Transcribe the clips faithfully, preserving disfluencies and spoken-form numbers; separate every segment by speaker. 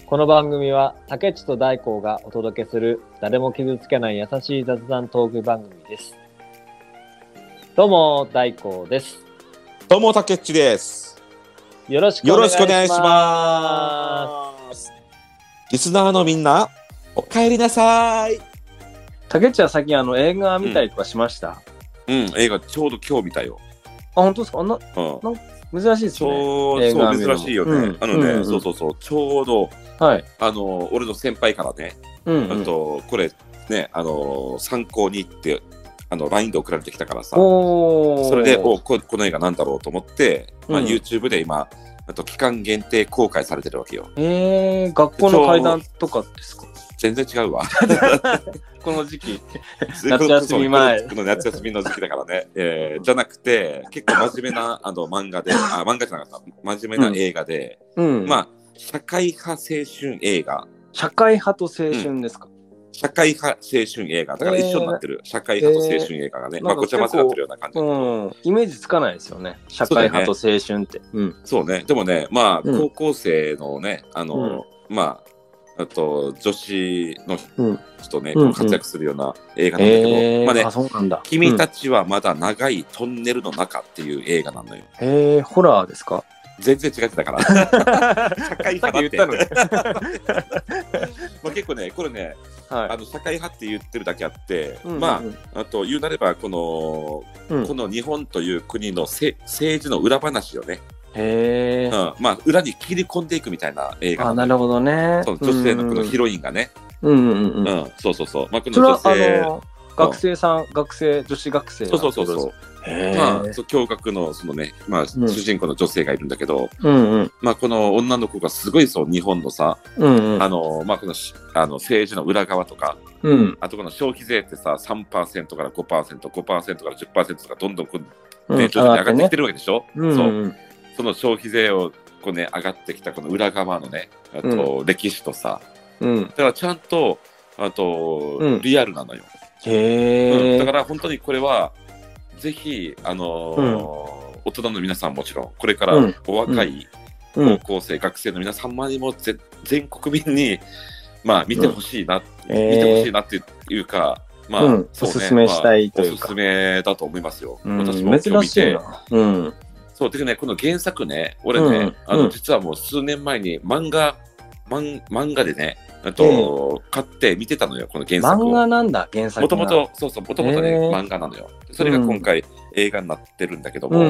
Speaker 1: この番組は竹内と大光がお届けする誰も傷つけない優しい雑談トーク番組です。どうも大光です。
Speaker 2: どうも竹内です。
Speaker 1: よろしくお願いします。よろしくお願いします。
Speaker 2: リスナーのみんなお帰りなさい。
Speaker 1: 竹内は最近あの映画見たりとかしました？
Speaker 2: うん、うん、映画ちょうど今日見たよ。
Speaker 1: あ、本当ですか？あんな、
Speaker 2: うん、
Speaker 1: 珍しいですね。
Speaker 2: そうそう珍しいよね、うん、あのね、うんうん、そうそうそう、ちょうど、
Speaker 1: はい、
Speaker 2: あの俺の先輩からね、うんうん、あとこれね、あの参考にってあの ライン で送られてきたからさ、それでお こ, この映画なんだろうと思って、まあ、うん、YouTube で今あと期間限定公開されてるわけよ。
Speaker 1: えー、学校の階段とかですか？
Speaker 2: 全然違うわ
Speaker 1: この時期夏休み前
Speaker 2: この夏休みの時期だからね、えー、じゃなくて結構真面目なあの漫画であ漫画じゃなかった真面目な映画で、うんうん、まあ社会派青春映画。
Speaker 1: 社会派と青春ですか？うん、
Speaker 2: 社会派青春映画だから一緒になってる、えー、社会派と青春映画がね、えー、まあごちゃ混ぜになってるような感じ、
Speaker 1: うん、イメージつかないですよね、社会派と青春って。
Speaker 2: そうね、うん、そうね。でもね、まあ、うん、高校生のねあの、うん、まああと女子の人ね、うん、活躍するような映画なんだけど、
Speaker 1: えー、
Speaker 2: まあね、
Speaker 1: あ、そうなんだ。
Speaker 2: 君たちはまだ長いトンネルの中っていう映画なのよ。
Speaker 1: へえー、ホラーですか？
Speaker 2: 全然違ってたから社会派だって言ったのまあ結構ねこれね、はい、あの社会派って言ってるだけあって、うんうんうん、まああと言うなればこの、うん、この日本という国のせ政治の裏話をね、
Speaker 1: へー、
Speaker 2: うん、まあ裏に切り込んでいくみたいな映画。
Speaker 1: あ、なるほどね。
Speaker 2: そう、女性のこのヒロインがね、
Speaker 1: うんうんうん、うん、
Speaker 2: そうそうそう、まあ、この女性、
Speaker 1: あの学生さん、うん、学生女子学生、
Speaker 2: そうそうそうそう、まあ、共学のそのね、まあ、うん、主人公の女性がいるんだけど、うんうん、まあ、この女の子がすごいそう日本のさ、うんうん、あのまあ、このあの政治の裏側とか、うん、あとこの消費税ってさ さんパーセント から ごパーセント、ごパーセント から じゅっパーセント とかどんどんこう、ね、うん、徐々に上がってきてるわけでしょ、うん、そう、うん、その消費税をこう、ね、上がってきたこの裏側のね、あと、うん、歴史とさ、うん、だからちゃんとあと、うん、リアルなのよ。
Speaker 1: へー、
Speaker 2: うん、だから本当にこれはぜひ、あのーうん、大人の皆さんもちろんこれからお若い高校生、うん、学生の皆様にもぜ全国民に、まあ、見てほしいな、うん、見てほしいなっていうか、まあ、うん、そうね、
Speaker 1: おすすめしたいというか、
Speaker 2: まあ、おすすめだと思いますよ、
Speaker 1: うん、
Speaker 2: 私も今日見て。
Speaker 1: うん、
Speaker 2: そうでね、この原作ね、俺ね、うん、あの実はもう数年前に漫画漫, 漫画でねあと、えー、買って見てたのよ、この原作を。
Speaker 1: 漫画なんだ、原作が。
Speaker 2: もともと、そうそう、もともとね、えー、漫画なのよ。それが今回、うん、映画になってるんだけども、うん、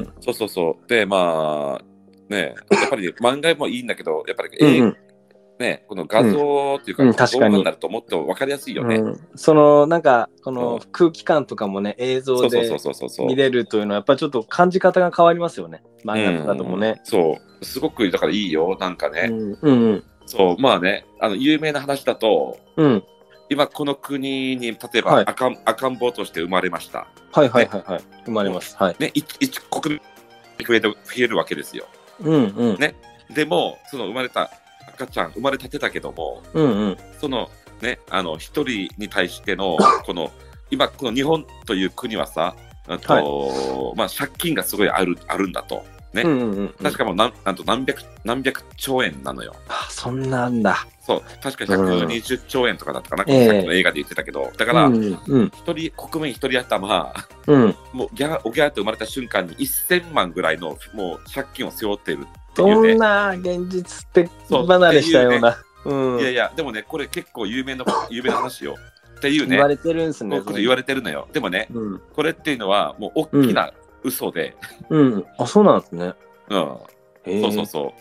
Speaker 2: そうそうそう。で、まあ、ね、やっぱり、ね、漫画もいいんだけど、やっぱり、えーうん、ね、この画像っていうか、うん、動画になるともっと分かりやすいよね。うん、
Speaker 1: その、なんか、この空気感とかもね、映像で見れるというのは、やっぱりちょっと感じ方が変わりますよね。漫画とかともね。
Speaker 2: うん、そう、すごく、だからいいよ、なんかね。
Speaker 1: うんうん
Speaker 2: そうまあね、あの有名な話だと、うん、今この国に例えば、はい、赤, 赤ん坊として生まれました。
Speaker 1: はいはいはいはい、ね、生まれます。はい。
Speaker 2: ね、一一国に増える増えるわけですよ。
Speaker 1: うんうん。
Speaker 2: ね、でもその生まれた赤ちゃん生まれたてだけども、
Speaker 1: うんうん、
Speaker 2: そのねあの一人に対してのこの今この日本という国はさ、あと、はい、まあ借金がすごいあるあるんだと。ね、うんうんうん、確かもうなんなんと何百何百兆円なのよ。
Speaker 1: あ、そんなんだ。
Speaker 2: そう、確かひゃくにじゅっちょうえんとかだったかな、うん、さっきの映画で言ってたけど、だから、うんうん、一人国民一人頭、うん、もうギャおぎゃーと生まれた瞬間にせんまんぐらいのもう借金を背負っているっていうね。
Speaker 1: そんな現実的離れしたような。
Speaker 2: ね、うん、いやいや、でもね、これ結構有名な有名な話よ。っていうね。
Speaker 1: 言われてるんですね。
Speaker 2: これ言われてるのよ。でもね、うん、これっていうのはもう大きな嘘で。
Speaker 1: うん、うん、あ、そうなんですね。
Speaker 2: うん、そうそうそう。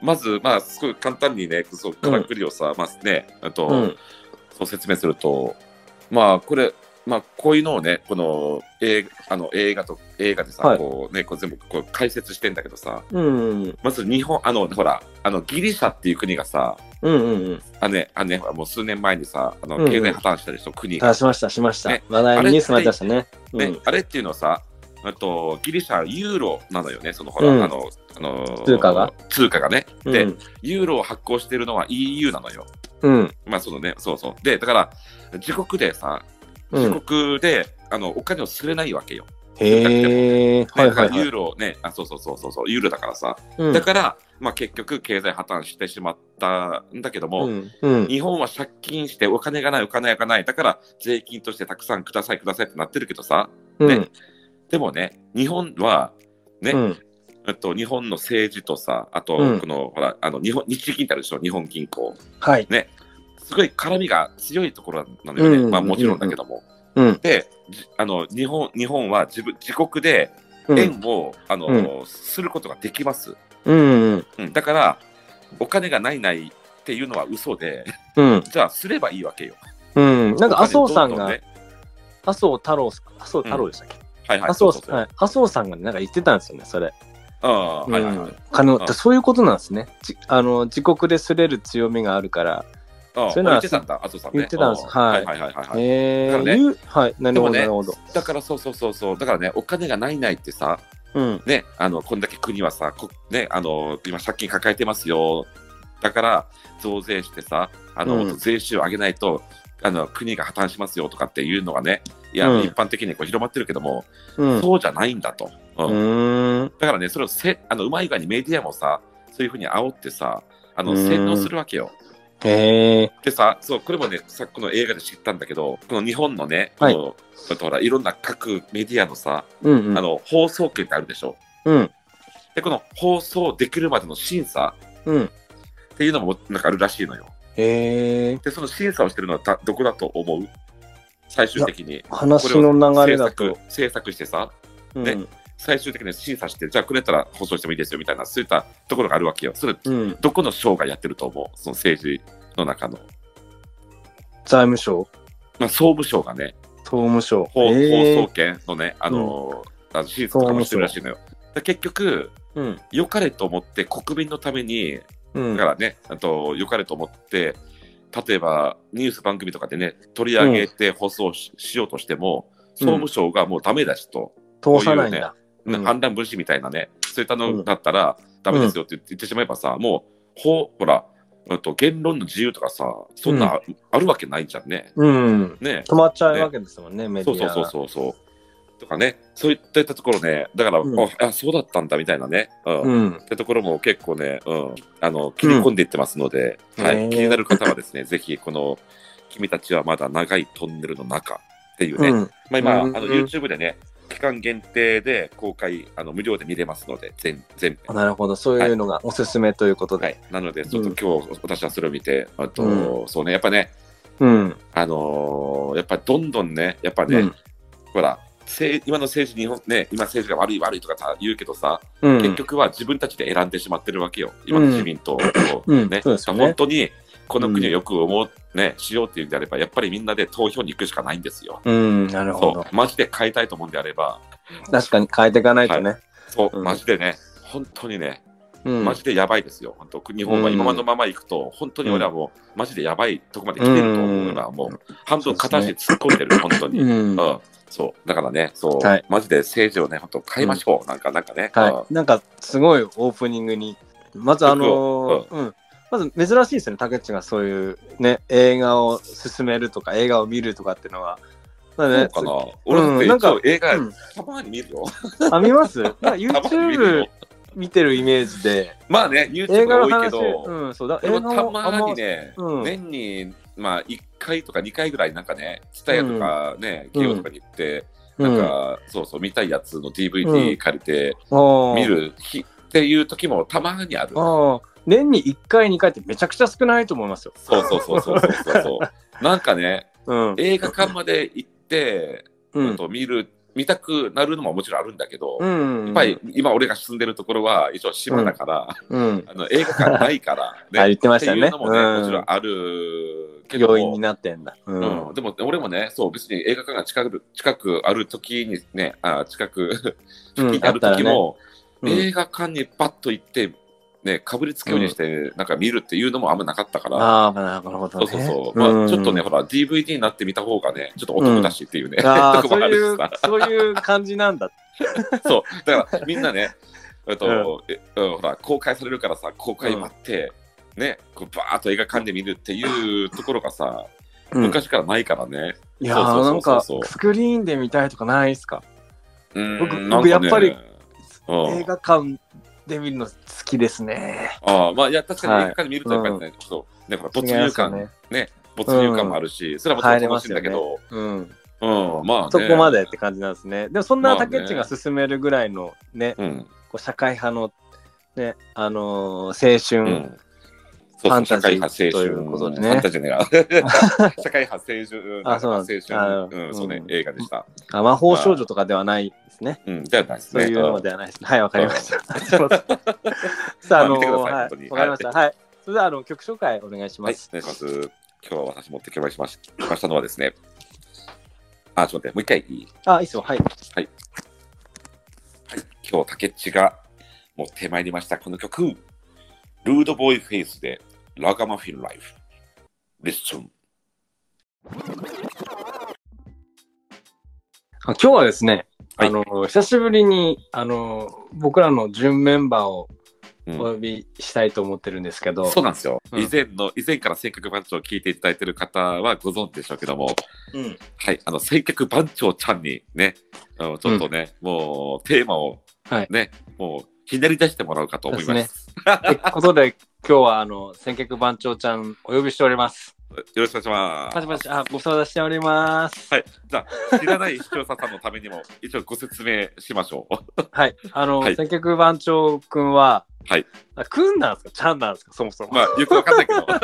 Speaker 2: まず、まあ、すごい簡単にね、そうからくりをさ、うん、まあね、あと、うん、そう説明すると、まあ、これ、まあ、こういうのをね、この映あの映画と映画でさ、はい、こうね、こう全部こう解説してんだけどさ、うんうんうん、まず日本、あの、ほら、あのギリシャっていう国がさ、うんうんうん、あね、あね、もう数年前にさ、あの経済破綻したでしょ、うんうん、国が。
Speaker 1: しました、しました。ね、話題にニュースになりましたね。
Speaker 2: ね、うん、あれっていうのはさ、あとギリシャユーロなのよね、そのほら、うん、あのあのー、
Speaker 1: 通貨が
Speaker 2: 通貨がね、うん、でユーロを発行しているのは イーユー なのよ。
Speaker 1: うん、
Speaker 2: まあそのね、そうそうでだから自国でさ、自国で、うん、あのお金をすれないわけよ。
Speaker 1: へえ、はいはいはい。
Speaker 2: ユーロね、あ、そうそうそうそうそう、ユーロだからさ、うん、だから、まあ、結局経済破綻してしまったんだけども、うんうん、日本は借金してお金がないお金がない、だから税金としてたくさんくださいくださいってなってるけどさ、うん、ね、でもね、日本はね、うん、あと日本の政治とさ、あとこの、うん、ほらあの日本日銀ってあるでしょ、日本銀行、はい、ね、すごい絡みが強いところなのよね、うん、まあもちろんだけども。うん、であの日本、日本は自分自国で円を、うん、あの、うん、することができます、うんうんうん、だからお金がないないっていうのは嘘で、うん、じゃあすればいいわけよ、
Speaker 1: うん、なんか麻生さんが、ね、麻生太郎麻生太郎でしたっけ、うん、はいはい、麻生、はい、麻生さんがなんか言ってたんですよね、それ。ああ、うん、はいはいはい、あの、あそういうことなんですね。あの自国ですれる強みがあるから。
Speaker 2: ああ、そういうのは言ってたんだ、麻生さんね。
Speaker 1: 言ってたんです。はいはいはいはい。えー、だからね、はい、なるほどなるほど。
Speaker 2: だからそうそうそうそう、だからね、お金がないないってさ、うん、ね、あのこんだけ国はさ、こね、あの今借金抱えてますよ。だから増税してさ、あの、うん、税収を上げないとあの国が破綻しますよとかっていうのがね、いや、うん、一般的にこう広まってるけども、うん、そうじゃないんだと。うん、うんだからね、それをせあのうまい具合にメディアもさ、そういうふうに煽ってさ、あの洗脳するわけよ。へでさ、そうこれもね、さこの映画で知ったんだけど、この日本のね、はい、このほらいろんな各メディアのさ、うんうん、あの放送権ってあるでしょ。うん、でこの放送できるまでの審査、うん、っていうのもなんかあるらしいのよ。へでその審査をしてるのはどこだと思う？最終的に
Speaker 1: 話の流れだと
Speaker 2: 制作してさ、ね、うん、最終的に審査して、じゃあくれたら放送してもいいですよみたいな、そういったところがあるわけよ。それ、うん、どこの省がやってると思う？その政治の中の。
Speaker 1: 財務省、
Speaker 2: まあ、総務省がね、
Speaker 1: 総務省、
Speaker 2: 放送権のね、あの、うん、あの審査とかもしてるらしいのよ。結局、うん、良かれと思って国民のために、うん、だからね、あと良かれと思って、例えばニュース番組とかでね、取り上げて放送 し,、うん、しようとしても、総務省がもうダメだしと、
Speaker 1: うん、通さないんだ。
Speaker 2: うん、反乱分子みたいなね、そういったのだったら、うん、ダメですよって言ってしまえばさ、もう、ほ, ほら、と言論の自由とかさ、そんな、うん、あるわけないじゃんね。
Speaker 1: うん。ね、止まっちゃうわけですもんね、ねメディア。
Speaker 2: そうそうそうそう。とかね、そういったところね、だから、うん、あ、そうだったんだみたいなね、うんうん、ってところも結構ね、うん、あの切り込んでいってますので、うんはい、気になる方はですね、ぜひこの君たちはまだ長いトンネルの中っていうね、うん、まあ今、うん、あの YouTube でね、期間限定で公開あの無料で見れますので、全全編。
Speaker 1: なるほど、そういうのがおすすめということで。
Speaker 2: はい、なので、ちょっと今日、うん、私はそれを見て、あと、うん、そうね、やっぱね、うん、あのー、やっぱどんどんね、やっぱね、うん、ほら、今の政治、日本ね、今政治が悪い悪いとか言うけどさ、うん、結局は自分たちで選んでしまってるわけよ、今の自民党をね。うんね本当にこの国をよく思う、ね、しようっていうんであれば、やっぱりみんなで投票に行くしかないんですよ。
Speaker 1: うん、なるほど。
Speaker 2: マジで変えたいと思うんであれば。
Speaker 1: 確かに変えていかないとね。はい、
Speaker 2: そう、うん、マジでね、本当にね、うん、マジでやばいですよ。本当日本は今のまま行くと、本当に俺はもう、マジでやばいとこまで来てると思うのは、もう半分片足突っ込んでる、本当に。うんうんそうだからね、そう、はい、マジで政治をね、本当変えましょう、うん、なんか、なんかね、
Speaker 1: はい、なんかすごいオープニングに、まずあのーうん、まず珍しいですね、竹内がそういうね、映画を進めるとか、映画を見るとかっていうのは。
Speaker 2: だね、そうかな、俺だって一応映画、うん、たまに見るよ。
Speaker 1: あ、見ます？なんか YouTube 見てるイメージで。
Speaker 2: まあね、YouTube が多いけど、
Speaker 1: うん、そうだ、
Speaker 2: でもたまにね、うん、年に、まあいっかいとかにかいぐらいなんかね、ツタヤとかね、ゲオとかに行って、うん、なんか、うん、そうそう見たいやつの ディーブイディー 借りて見る日っていう時もたまにある。
Speaker 1: あ年にいっかいにかいってめちゃくちゃ少ないと思いますよ。
Speaker 2: そうそうそうそうそうそうなんかね、うん、映画館まで行って、うん、と見る見たくなるのももちろんあるんだけど、うんうん、やっぱり今俺が住んでるところは一応島だから、うんうん、あの映画館ないから、
Speaker 1: ね、あ言ってましたね。っていう
Speaker 2: のもね、うん、もちろんあるけど
Speaker 1: 要因になってんだ、
Speaker 2: うんうん、でも俺もね、そう別に映画館が近く近くある時にね、あ近く付近にある時も、うんねうん、映画館にパッと行ってね、かぶりつくようにして、うん、なんか見るっていうのもあんまなかったから。
Speaker 1: ああ、なるほど、ね。
Speaker 2: そうそうそう。まあ、うん、ちょっとね、ほら、ディーブイディー になってみた方がね、ちょっとお得だしっていうね。
Speaker 1: うん、ああ、そういう、そういう感じなんだ。
Speaker 2: そう。だから、みんなね、えっと、うんえうん、ほら、公開されるからさ、公開待って、うん、ね、こうバーッと映画館で見るっていうところがさ、うん、昔からないからね。
Speaker 1: いやー、なんか、スクリーンで見たいとかないっすか？ 僕、僕やっぱり映画館で見るの好きですね。
Speaker 2: ああ、まあ、いや、確かに映画館で見るとやっぱりね、そう、ね、没入感、ね、没入感もあるし、それはもちろん楽しいんだけど、うん。うん、まあ、
Speaker 1: そこまでって感じなんですね。でもそんな竹内が勧めるぐらいのね、こう社会派のね、あのー、青春、ファンタジーということでね。ファンタジーね。社会派青春、あ、そうなんです。青春、うん、そうね、映画でした。あ、魔法少女とかではないですね。うん、ではないですね。そういうのではないですね。はい、わかりました。さあ、あのー、わかりました。はい。それでは、あの、曲紹介お願いします。
Speaker 2: はい、お願いします。今日私持ってきましたのはですね、あ、ちょっと待って、もう一回いい？
Speaker 1: あ、いいっすよ。はい。はい。
Speaker 2: はい。今日、竹内が持ってまいりました、この曲。ルードボーイフェイスで、ラガマフィンライフ。リッスン。
Speaker 1: 今日はですね、はい、あの、久しぶりに、あの、僕らの準メンバーをお呼びしたいと思ってるんですけど、
Speaker 2: うん、そうなんですよ、うん、以前の以前から選曲番長を聞いていただいている方はご存知でしょうけども、うん、はい、あの選曲番長ちゃんにね、あのちょっとね、うん、もうテーマをね、はい、もうひねり出してもらおうかと思います。
Speaker 1: ということで今日はあの選曲番長ちゃんお呼びしております。
Speaker 2: よろしくお願いします。
Speaker 1: パチパチ、あ、ご相談しております。
Speaker 2: はい。じゃあ、知らない視聴者さんのためにも、一応ご説明しましょう。
Speaker 1: はい。あの、はい、選曲番長くんは、
Speaker 2: はい。
Speaker 1: くんなんですかちゃんなんですかそもそも。
Speaker 2: まあ、よくわかんないけど。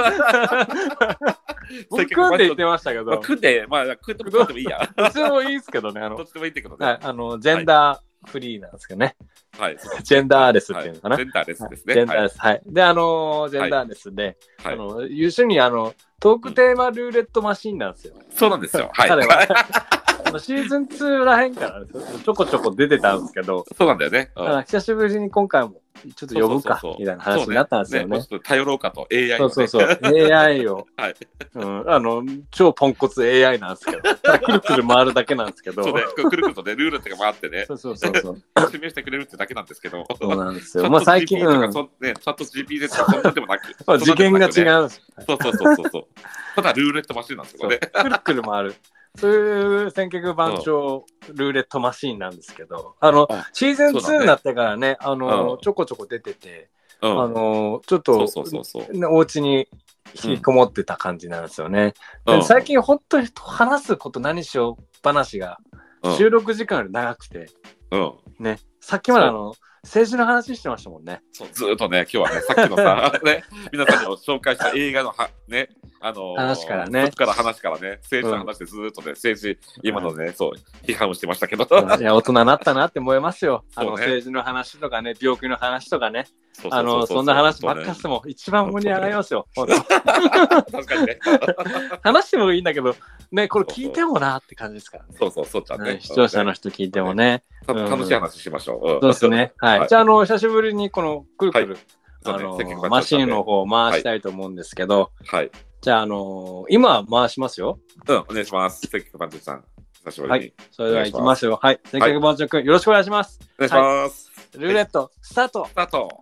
Speaker 1: 僕、くんって言ってましたけど。まあ、
Speaker 2: くんで、まあ、くんでもくんでもいいや。
Speaker 1: どっちでもいいですけどね。あの、
Speaker 2: どっちでもいいんだけどね。
Speaker 1: はい。あの、ジェンダーフリーなんですけどね。
Speaker 2: はい。
Speaker 1: ジェンダーレスっていうのかな。
Speaker 2: ジェンダーレスですね。
Speaker 1: ジェンダーレス。はい。で、あの、ジェンダーレスで、あの、優秀に、あの、トークテーマルーレットマシンなんですよ。
Speaker 2: そうなんですよ。はい。
Speaker 1: 彼は。シーズンツーらへんからちょこちょこ出てたんですけど、
Speaker 2: そうなんだよね。
Speaker 1: だから久しぶりに今回もちょっと呼ぶかみたいな話になったんですよね。
Speaker 2: ちょっと頼ろうかと エーアイ
Speaker 1: を。そうそうそう。エーアイ を。
Speaker 2: はい。
Speaker 1: うん、あの、超ポンコツ エーアイ なんですけど、くるくる回るだけなんですけど。
Speaker 2: そうね。くるくるとね、ルールって回ってね。
Speaker 1: そうそうそうそう。
Speaker 2: 説明してくれるってだけなんですけど。
Speaker 1: そうなんですよ。まあ最近、
Speaker 2: うん。ね、チャット ジーピーティー とかそんなでもなく。
Speaker 1: 次元が違うんです。
Speaker 2: そうそうそうそう。ただルーレットマシンなんですよね。
Speaker 1: くるくる回る。そういう選曲番長ルーレットマシーンなんですけど、あの、シーズンツーになってからね、あの、ちょこちょこ出てて、あの、ちょっと、お家に引きこもってた感じなんですよね。最近本当に話すこと何しよう話が収録時間より長くて、ね、さっきまであの、政治の話してましたもんね。
Speaker 2: そう、ずっとね、今日はね、さっきのさ、ね、皆さんにも紹介した映画のは、ね、あのー、
Speaker 1: 話からね。
Speaker 2: そっから話からね、政治の話でずっとね、政治、今のね、うん、そう、批判をしてましたけど。
Speaker 1: いや、大人になったなって思いますよ。あの、ね、政治の話とかね、病気の話とかね。あの、そんな話ばっかしても一番盛り上がりますよ。確
Speaker 2: かにね。
Speaker 1: 話してもいいんだけど、ね、これ聞いてもなって感じですからね。
Speaker 2: そうそう、そうちゃんね。
Speaker 1: 視聴者の人聞いてもね。
Speaker 2: 楽しい話しましょう。
Speaker 1: そうですね。はい。じゃあ、あの、久しぶりにこのくるくる、あの、マシンの方を回したいと思うんですけど、
Speaker 2: はい。
Speaker 1: じゃあ、あの、今回しますよ。
Speaker 2: うん、お願いします。選曲番長さん。久しぶりに。
Speaker 1: はい。それでは行きますよ。はい。選曲番長くん、よろしくお願いします。
Speaker 2: お願いします。
Speaker 1: ルーレット、スタート。
Speaker 2: スタート。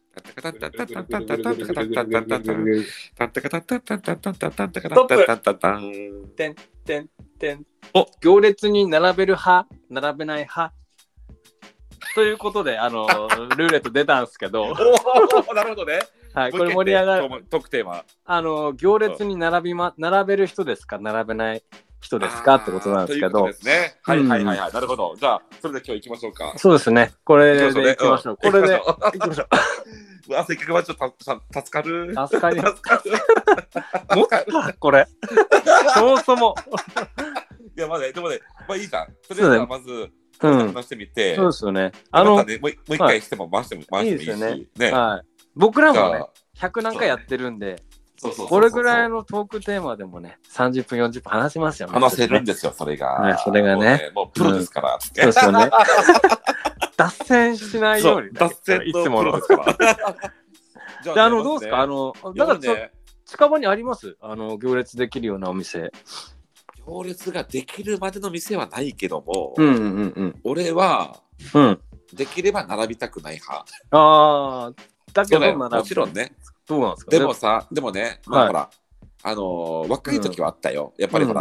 Speaker 1: てんてんてん。お、行列に並べる派、並べない派。ということで、あの、ルーレット出たんですけど。
Speaker 2: なるほどね。
Speaker 1: はい、これ盛り上がる。
Speaker 2: 特テーマ。
Speaker 1: あの、行列に並びま、並べる人ですか、並べない人ですかってことなんですけど。そう
Speaker 2: ですね。はいはいはいはい。なるほど。じゃあ、それで今日行きましょうか。
Speaker 1: そうですね。これで行きましょう。これで行きましょう。
Speaker 2: うわ、せっかくはちょっと助かる。
Speaker 1: 助かります。もったこれ。そもそも。
Speaker 2: いや、まだ、でもね、まあいいじゃん。それではまず、話してみて。
Speaker 1: そうですよね。
Speaker 2: あの、もう一回しても回しても回してもいいし。ね。
Speaker 1: はい。僕らもね、ひゃくなんかやってるんで、これぐらいのトークテーマでもね、さんじゅっぷん、よんじゅっぷん話せますよね。
Speaker 2: 話せるんですよ、それが。
Speaker 1: はい、それがね。
Speaker 2: もうプロですから。
Speaker 1: そうですよね。脱線しないように。
Speaker 2: 脱線いつものですから。
Speaker 1: じゃあ、あの、どうですかあの、だから、近場にありますあの、行列できるようなお店。
Speaker 2: 行列ができるまでの店はないけども、
Speaker 1: うんうんうん、
Speaker 2: 俺は、
Speaker 1: うん、
Speaker 2: できれば並びたくない派。
Speaker 1: ああ、だけど並ぶ。
Speaker 2: もちろんね。
Speaker 1: そうなんですか。
Speaker 2: でもさ、でもね、まあほら、あの、若い時はあったよ。やっぱりほら、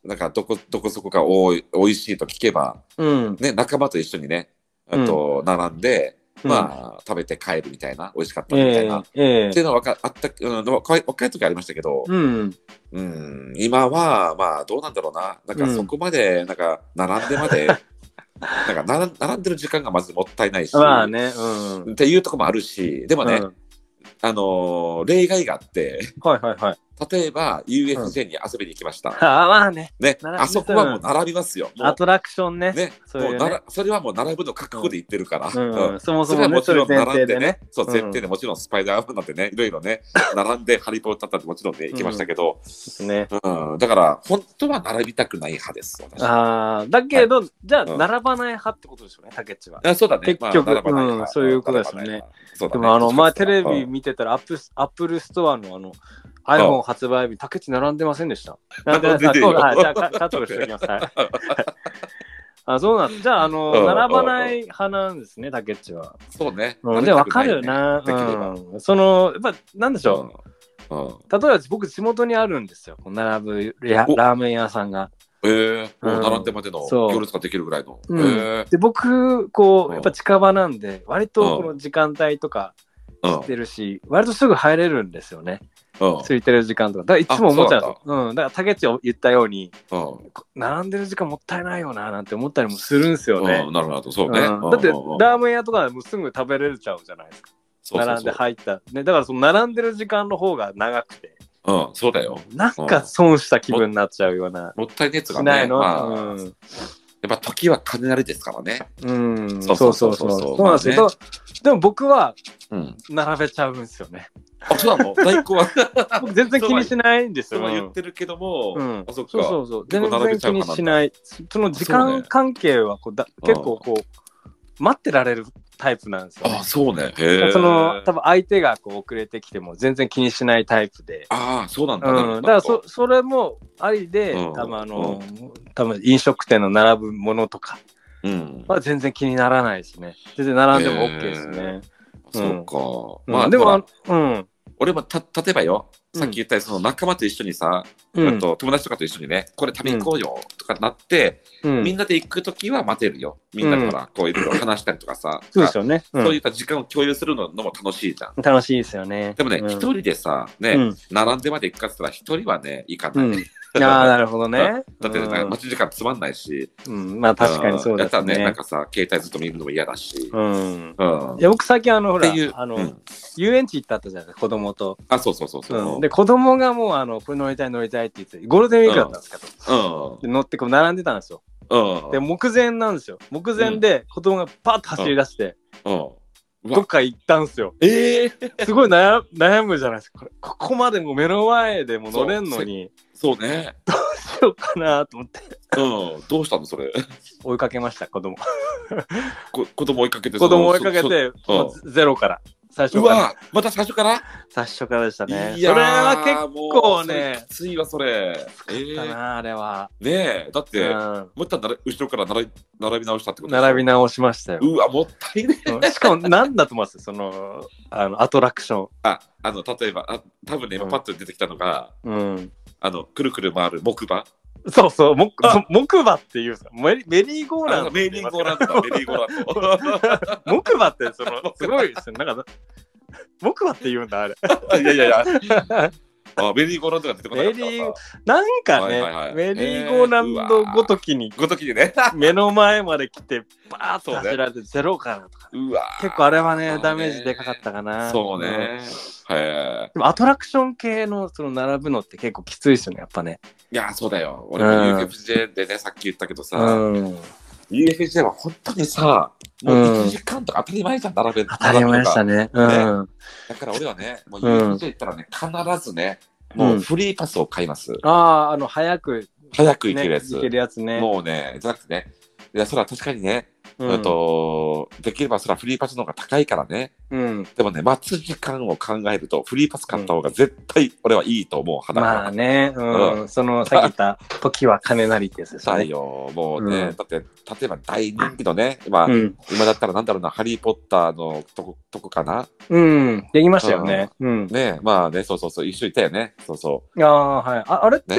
Speaker 2: なんかどこどこそこがおいおいしいと聞けば、うんね、仲間と一緒にね、あと並んで、うん、まあ食べて帰るみたいな、美味しかったみたいな、えーえー、っていうのはかあった、うん、若い時ありましたけど、うんうん、今はまあどうなんだろうな、なんかそこまでなんか並んでまで、なんか並んでる時間がまずもったいないし、まあね、うん、っていうところもあるし、でもね、うん、あのー、例外があって、はいはいはい。例えば ユーエフジェー に遊びに行きました。うん、あまあね。ね、あそこはもう並びますよ。
Speaker 1: アトラクションね。
Speaker 2: ね、そういうね、もうならそれはもう並ぶの覚悟で行ってるから。
Speaker 1: うんうん、そもそも、ね、それはもちろん並んでね、ね
Speaker 2: そう前提でもちろんスパイダーマンなんてね、いろいろね、並んでハリポッターってもちろんね行きましたけど、うんねうん、だから本当は並びたくない派です。私
Speaker 1: ああ、だけど、はい、じゃあ並ばない派ってことでしょうね、タケッチは。
Speaker 2: あそうだね。
Speaker 1: 結局、まあ、並ばない派、うん、そういうことですよね。そうだね。でもあのまあテレビ見てたらアップアップルストアのあの iPhone 発売日、タケッチ並んでませんでした。なんで、あ、そうだ、じゃあ、カットしておきます。はい。あ、そうなんです。じゃあ、あの、並ばない派なんですね、タケッチは。
Speaker 2: そうね。
Speaker 1: うん、で、わかるな。うん。その、やっぱ、なんでしょう。うん、例えば、僕、地元にあるんですよ。並ぶラーメン屋さんが。
Speaker 2: ええー、もう並んでまでの行列ができるぐらいの。
Speaker 1: うんえー、で、僕、こう、やっぱ近場なんで、割とこの時間帯とか知ってるし、割とすぐ入れるんですよね。空いてる時間とか。だからいつも思っちゃう。うん。だから、タケッチ言ったように、並んでる時間もったいないよな、なんて思ったりもするんですよね。
Speaker 2: なるほど、そうね。
Speaker 1: だって、ラーメン屋とかでもすぐ食べれちゃうじゃないですか。並んで入った。ね、だから、その並んでる時間の方が長くて。
Speaker 2: うん、そうだよ。
Speaker 1: なんか損した気分になっちゃうような。
Speaker 2: もったいねえつがね。ないの、まあうん、やっぱ時は金なりですからね。
Speaker 1: うん、そうそうそうそう。そうなんですけど、でも僕は並べちゃうんですよね。
Speaker 2: あ、そうなの？大根は
Speaker 1: 僕全然気にしないんですよ。
Speaker 2: そう言ってるけども、
Speaker 1: うん、あそっか。そうそうそう。全然気にしない。その時間関係はこうだ結構こう待ってられるタイプなんですよ、ね。
Speaker 2: あ、そうね。へ
Speaker 1: その多分相手がこう遅れてきても全然気にしないタイプで。
Speaker 2: ああ、そうなんだ。
Speaker 1: うん、だからそそれもありで、うん、多分あの、うん、多分飲食店の並ぶものとかは全然気にならないですね。全然並んでも OK ですね。
Speaker 2: そうか。
Speaker 1: まあでも、うん。
Speaker 2: 俺もた例えばよ、さっき言ったようにその仲間と一緒にさ、うん、あと友達とかと一緒にね、これ食べ行こうよとかなって、うん、みんなで行くときは待てるよ。みんなからこういろいろ話したりとかさ、
Speaker 1: そうですよね。
Speaker 2: そういった時間を共有するのも楽しいじゃん。
Speaker 1: 楽しいですよね。
Speaker 2: でもね、一人でさ、ね、並んでまで行くかって言ったら一人はね、行かない。
Speaker 1: ああ、なるほどね。
Speaker 2: だって待ち時間つまんないし。
Speaker 1: うん、まあ確かにそうですね。
Speaker 2: やったらね、なんかさ、携帯ずっと見るのも嫌だし。うん。
Speaker 1: いや、僕最近あの、ほら、あの、遊園地行ったったじゃないですか、子供と。
Speaker 2: あ、そうそうそうそう。
Speaker 1: で、子供がもう、あの、これ乗りたい乗りたいって言って、ゴールデンウィークだったんですけど、乗ってこう並んでたんですよ。で、目前なんですよ。目前で子供がパッと走り出して、どっか行ったんすよ。
Speaker 2: ええ
Speaker 1: すごい悩むじゃないですか。これここまでもう目の前でも乗れんのに。
Speaker 2: そうね。
Speaker 1: どうしようかなと思って。
Speaker 2: うん。どうしたのそれ。
Speaker 1: 追いかけました、子供。
Speaker 2: こ子供追いかけて。
Speaker 1: 子供追いかけて、ゼロから。最初
Speaker 2: から。うわまた最初から
Speaker 1: 最初からでしたね。いやそれは結構ね。
Speaker 2: きついわ、それ。
Speaker 1: ええだな、あれは。
Speaker 2: ねえ、だって、もう一回後ろから並び並び直したってこと
Speaker 1: 並び直しましたよ。
Speaker 2: うわ、もったいね
Speaker 1: え。しかも、なんだと思いますその、あの、アトラクション。
Speaker 2: あ、あの、例えば、あ多分ね、今パッと出てきたのが、うん。あの、くるくる回る木馬。
Speaker 1: そうそう、木馬っていうさ、メリーゴーランド。
Speaker 2: メリーゴーランド、メリーゴーラン
Speaker 1: ド。木馬って、その、すごいですよ。なんか、木馬って言うんだ、あれ。
Speaker 2: いやいやいや。あ、メリーゴーランドが出てこなかった。
Speaker 1: メリー、なんかね、はいはいはい、メリーゴーランドごときに、
Speaker 2: ごときにね、
Speaker 1: 目の前まで来て、バーッと走られてゼロからとか。
Speaker 2: うわ
Speaker 1: 結構あれはね、ダメージでかかったかな。
Speaker 2: そうね。
Speaker 1: へでもアトラクション系のその並ぶのって結構きついですよね、やっぱね。
Speaker 2: いや、そうだよ。俺も ユーエフジェー でね、さっき言ったけどさ、うん、ユーエフジェー は本当にさ、もういちじかんとか当たり前じゃん、並べる。
Speaker 1: 当たり前でしたね。うん。
Speaker 2: だから俺はね、もう ユーエフジェー 行ったらね、必ずね、もうフリーパスを買います。
Speaker 1: ああ、あの、早く。
Speaker 2: 早く行けるやつ。
Speaker 1: 行けるやつね。
Speaker 2: もうね、じゃなくてね、いや、それは確かにね、うん、とできればそれはフリーパスの方が高いからね、うん、でもね待つ時間を考えるとフリーパス買った方が絶対俺はいいと思う派だから、
Speaker 1: まあね、うんうん、そのさっき言った時は金なりってやつですね。
Speaker 2: だよもうね、うん、だって例えば大人気のね今、うん、今だったらなんだろうなハリー・ポッターのとことこかな
Speaker 1: うんできましたよね、
Speaker 2: うん、ねまあねそうそうそう一緒いたよねそうそう
Speaker 1: ああはいああれって、ね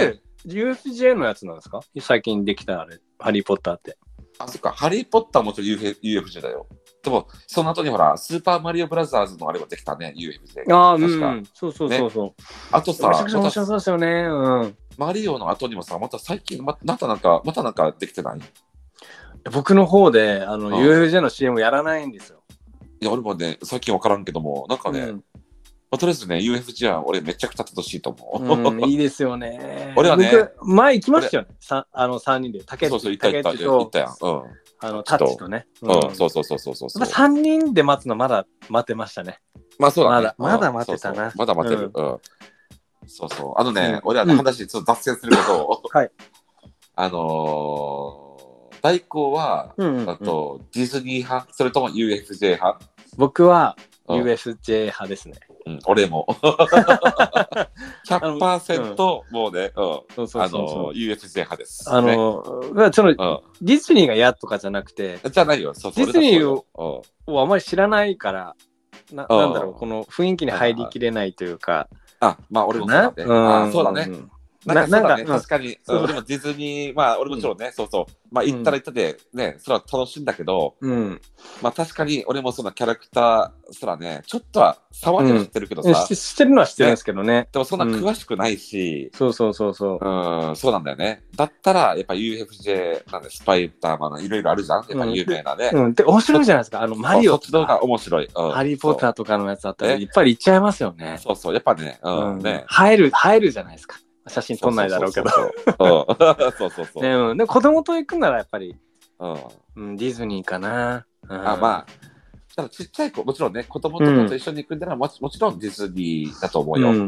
Speaker 1: ユーエフジェー のやつなんですか？最近できたあれ、ハリー・ポッターって。
Speaker 2: あ、そっか、ハリー・ポッターもちろん ユーエフジェー だよ。でも、その後にほら、スーパーマリオブラザーズのあれができたね、ユーエフジェー。
Speaker 1: ああ、うん。そうそうそうそう、ね。
Speaker 2: あとさ、
Speaker 1: めちゃくちゃ面白そうですよね。うん。
Speaker 2: マリオの後にもさ、また最近、またなんか、またなんかできてない？
Speaker 1: 僕の方で、あの、うん、ユーエフジェー の シーエム やらないんですよ。
Speaker 2: いや、俺もね、最近わからんけども、なんかね、うん、まあ、とりあえずね、ユーエフジェー は俺めちゃくちゃ楽しいと思
Speaker 1: う。うん、いいですよね。
Speaker 2: 俺はね、
Speaker 1: 僕、前行きましたよね。さあのさんにんで。竹内と、
Speaker 2: そうそう、行った行った、行ったやん。うん。
Speaker 1: あのタッチとね。
Speaker 2: うん、うん、そうそうそうそうそう。
Speaker 1: さんにんで待つのまだ待てましたね。
Speaker 2: まあそうだね。
Speaker 1: まだ、まだ待てたな。
Speaker 2: そうそうまだ待てる。うん。うん、そうそう。あのね、うん、俺はね、話ちょっと脱線するけど、
Speaker 1: はい。
Speaker 2: あのー、代行は、うんうん、あと、ディズニー派、それとも ユーエフジェー 派？
Speaker 1: 僕は ユーエフジェー 派ですね。
Speaker 2: うん、俺も。ひゃくパーセント もうね、うん、あの、ユーエフジェー 派です。
Speaker 1: あの、ね、その、うん、ディズニーが嫌とかじゃなくて、
Speaker 2: じゃないよ、そうそう。
Speaker 1: ディズニーを、うん、をあまり知らないから、な、なんだろう、この雰囲気に入りきれないというか。
Speaker 2: あ、まあ俺もそうだね。うん、あ、そうだね。うんなんかそうだね、確かに、うん、でもディズニー、まあ俺もちろんね、うん、そうそう、まあ行ったら行ったでね、それは楽しいんだけど、うん、まあ確かに俺もそのキャラクターすらね、ちょっとは触りは知ってるけどさ、うん、
Speaker 1: 知, 知ってるのは知ってるんですけどね。ね
Speaker 2: でもそんな詳しくないし、
Speaker 1: うん、そうそうそうそう。
Speaker 2: うん、そうなんだよね。だったら、やっぱ ユーエフジェー、なんで、スパイダーマンのいろいろあるじゃん、やっぱ有名なね。
Speaker 1: うん、うん、で、面白いじゃないですか、あの、マリオ。
Speaker 2: そっちの方が面白い。
Speaker 1: うん、ハリー・ポッターとかのやつあったら、いっぱい行っちゃいますよね。
Speaker 2: そうそう、やっぱね、うん、うん、ね。
Speaker 1: 入る、入るじゃないですか。写真撮んないだろうけど。
Speaker 2: そうそうそう。
Speaker 1: ね、うん。で、子供と行くならやっぱり、うん、うん、ディズニーかな。
Speaker 2: うん、あ、まあ、ただちっちゃい子、もちろんね、子供とかと一緒に行くんなら、うん、も, もちろんディズニーだと思うよ。うんうん、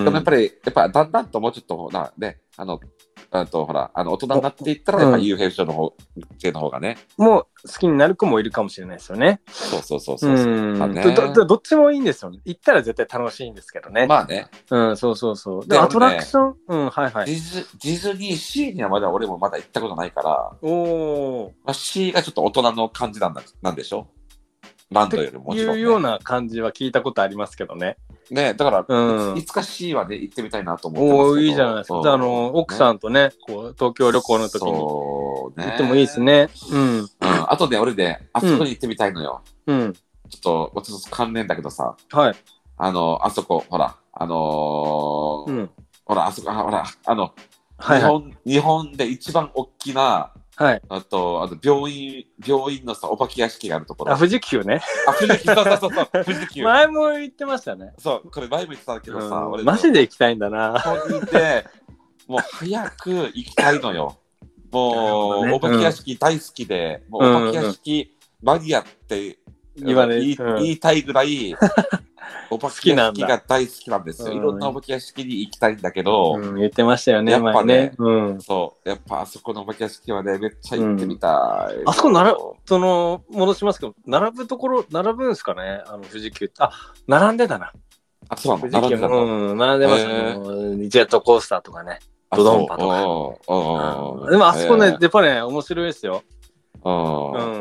Speaker 2: でもやっぱり、やっぱだんだんともうちょっと、な、ね、あの、あとほら、あの大人になっていったら、やっぱ ユーエフジェー の方、うん、の方がね。
Speaker 1: もう好きになる子もいるかもしれないですよね。
Speaker 2: そうそうそうそう。うん
Speaker 1: ね、ど, ど, どっちもいいんですよね。行ったら絶対楽しいんですけどね。
Speaker 2: まあね。
Speaker 1: うん、そうそうそう。で、アトラクション、ね、うん、はいはい。
Speaker 2: ディズ、ディズニーシーにはまだ俺もまだ行ったことないから、
Speaker 1: おー。
Speaker 2: まあ、シーがちょっと大人の感じなんだ、なんでしょランドよりもちろん、ね。
Speaker 1: いうような感じは聞いたことありますけどね。
Speaker 2: ね、だから、うん、いつか C はね、行ってみたいなと思ってますけど。
Speaker 1: おー、いいじゃないですか。うん、あの、奥さんとね、こう、東京旅行の時に行ってもいいですね。うん。うん。
Speaker 2: あとね、俺ね、あそこに行ってみたいのよ。
Speaker 1: うん。
Speaker 2: ちょっと、私の関連だけどさ。
Speaker 1: はい。
Speaker 2: あの、あそこ、ほら、あのー、うん、ほら、あそこ、ほら、あの、
Speaker 1: はいはい、
Speaker 2: 日本、日本で一番大きな、
Speaker 1: はい。
Speaker 2: あと、あの病院、病院のさ、お化け屋敷があるところ。
Speaker 1: あ、富士急ね。
Speaker 2: あ、富士急、そうそうそうそう、富士急。
Speaker 1: 前も言ってましたね。
Speaker 2: そう、これ前も言ってたけどさ、
Speaker 1: 俺マジで行きたいんだな。
Speaker 2: ここにいて、もう早く行きたいのよ。もう、ね、お化け屋敷大好きで、うん、もうお化け屋敷マニアって
Speaker 1: 言われ、
Speaker 2: 言い、うん、言いたいぐらい、お化け屋敷が大好きなんですよ。いろんなお化け屋敷に行きたいんだけど、
Speaker 1: うん、言ってましたよね、
Speaker 2: やっぱね、
Speaker 1: ねうん、
Speaker 2: そう、やっぱあそこのお化け屋敷はね、めっちゃ行ってみたい。うん、
Speaker 1: あそこなら、その、戻しますけど、並ぶところ、並ぶんですかね、あの、富士急。あ、並んでたな。
Speaker 2: あ、そうなの？
Speaker 1: 富士急、うん、並んでました、えー、ジェットコースターとかね、ドドンパとか。でもあそこね、やっぱね、面白いですよ。
Speaker 2: うん、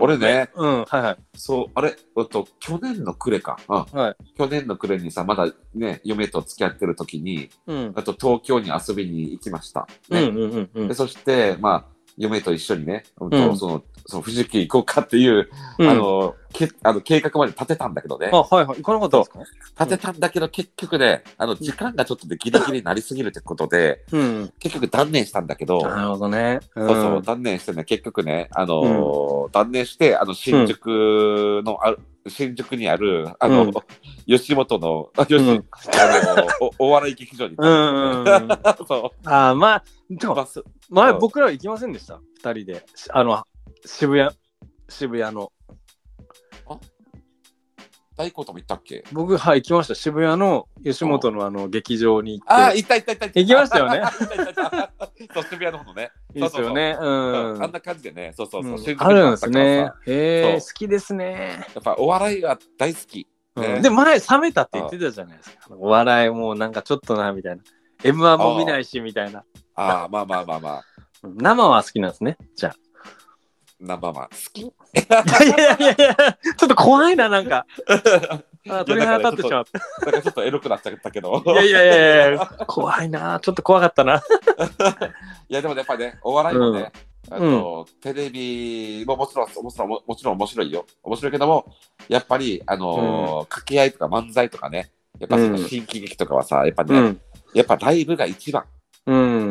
Speaker 2: 俺ね、
Speaker 1: うん、はいはい。
Speaker 2: そう、あれ、えっと、去年の暮れか。うん、はい。去年の暮れにさ、まだね、嫁と付き合ってる時に、うん、あと東京に遊びに行きました。ね。うんうんうんうん、でそして、まあ、嫁と一緒にね、うん、その、その富士急行こうかっていう、うん、あの、けあの計画まで立てたんだけどね。
Speaker 1: あ、はいはい。行かなかったんですか？
Speaker 2: 立てたんだけど、結局ね、あの、時間がちょっとでギリギリになりすぎるってことで、うん、結局断念したんだけど、
Speaker 1: なるほどね。
Speaker 2: うん、そうそう、断念してね、結局ね、あのーうん、断念して、あの、新宿の、あ新宿にある、あの、うん、吉本の、吉、うん、あのお、お笑い劇場に行ったんですよ。
Speaker 1: そう。ああ、まあ、でも、前僕ら行きませんでした？二人で。あの、渋谷、渋谷の。
Speaker 2: あ大光とも行ったっけ？
Speaker 1: 僕、はい、行きました。渋谷の吉本のあの劇場に行って。
Speaker 2: ああ、行った行った行った。
Speaker 1: 行きましたよね。
Speaker 2: そう、渋谷の方のね。
Speaker 1: いいですよね。うん。
Speaker 2: あんな感じでね、そうそうそう。
Speaker 1: うん、あるんですね。へえ、好きですね。
Speaker 2: やっぱお笑いが大好き。
Speaker 1: ね、で、前冷めたって言ってたじゃないですか。お笑いもなんかちょっとな、みたいな。エムワン も見ないし、みたいな。
Speaker 2: ああ、まあまあまあまあ。
Speaker 1: 生は好きなんですね、じゃあ。
Speaker 2: 生は好き。い
Speaker 1: やいやいやいや、ちょっと怖いな、なんか。 あ鳥肌立ってしまった。
Speaker 2: なんかちょっとエロくなっちゃったけど。
Speaker 1: いやいやいやいや、怖いな。ちょっと怖かったな。
Speaker 2: いやでもやっぱりね、お笑いもね、うん、あと、うん、テレビももちろんもちろんもちろん面白いよ。面白いけども、やっぱりあのーうん、掛け合いとか漫才とかね、やっぱその新喜劇とかはさ、やっぱね、うん、やっぱライブが一番。
Speaker 1: うん、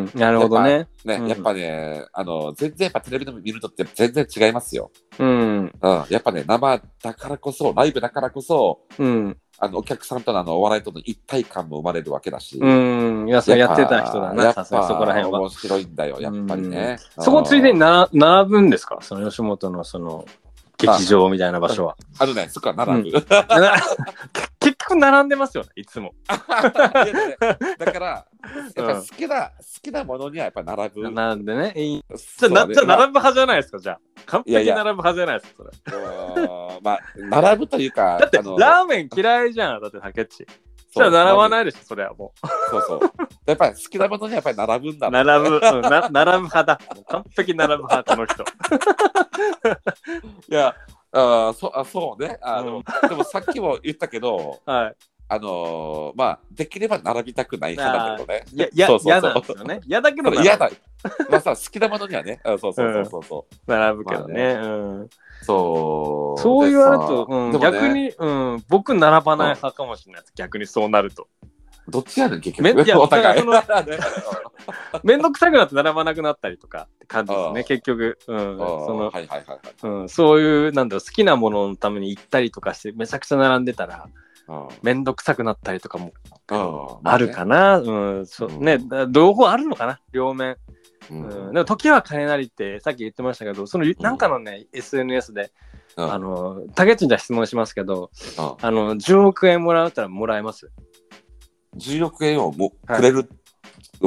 Speaker 1: なるほどね。
Speaker 2: ね、うん、やっぱね、あの、全然やっぱテレビで見るとって全然違いますよ。
Speaker 1: うん。うん、
Speaker 2: やっぱね、生だからこそ、ライブだからこそ、
Speaker 1: うん、
Speaker 2: あの、お客さんとのあの、お笑いとの一体感も生まれるわけだし。
Speaker 1: うん、いや、そうやってた人だな、さすがにそこら辺は。
Speaker 2: 面白いんだよ、やっぱりね。
Speaker 1: そこついでにな並ぶんですか、その吉本のその、劇場みたいな場所は。
Speaker 2: あのね、そっか、並ぶ。うん、
Speaker 1: 結局並んでますよね、いつも。
Speaker 2: いやね、だから、やっぱ好きな、うん、好きなものにはやっぱ並ぶ。
Speaker 1: 並んでね。いいじゃあ、ね、じゃあ並ぶ派じゃないですか、じゃあ。完璧に並ぶ派じゃないですか、それ。
Speaker 2: まあ、並ぶというか。
Speaker 1: だって、ラーメン嫌いじゃん、だって、竹内。じゃあ、並ばないでしょ、それはもう。
Speaker 2: そうそう。やっぱり好きなものにはやっぱり並ぶんだもん、
Speaker 1: ね。並ぶ、うん、な並ぶ派だ。完璧並ぶ派、この人。
Speaker 2: いや、あそあそうねあの、うん、でもさっきも言ったけど、
Speaker 1: はい、
Speaker 2: あのー、まあできれば並びたくない派なんだけどね。
Speaker 1: いや、いや、嫌なんですよね。嫌だけど
Speaker 2: 嫌だ。まあさ、好きなものにはね、そうそうそうそうそう、
Speaker 1: うん、並ぶけどね。まあ、ね、うん。
Speaker 2: そう。
Speaker 1: そう言われると、うんね、逆に、うん、僕並ばない派かもしれないです。逆にそうなると。
Speaker 2: どっちやねん結局。めお互い。
Speaker 1: めんどくさくなって並ばなくなったりとかって感じですね、結局。うん。その、
Speaker 2: はいはいはいはい。
Speaker 1: うん。そういう、なんだろう、好きなもののために行ったりとかして、めちゃくちゃ並んでたら、めんどくさくなったりとかもあるかな。うん。そうね、両方あるのかな、両面。うん。でも、時は金なりって、さっき言ってましたけど、その、なんかのね、エスエヌエス で、あの、竹内にじゃ質問しますけど、あの、じゅうおくえんもらうったらもらえます？
Speaker 2: じゅうおくえんをもくれる、はい、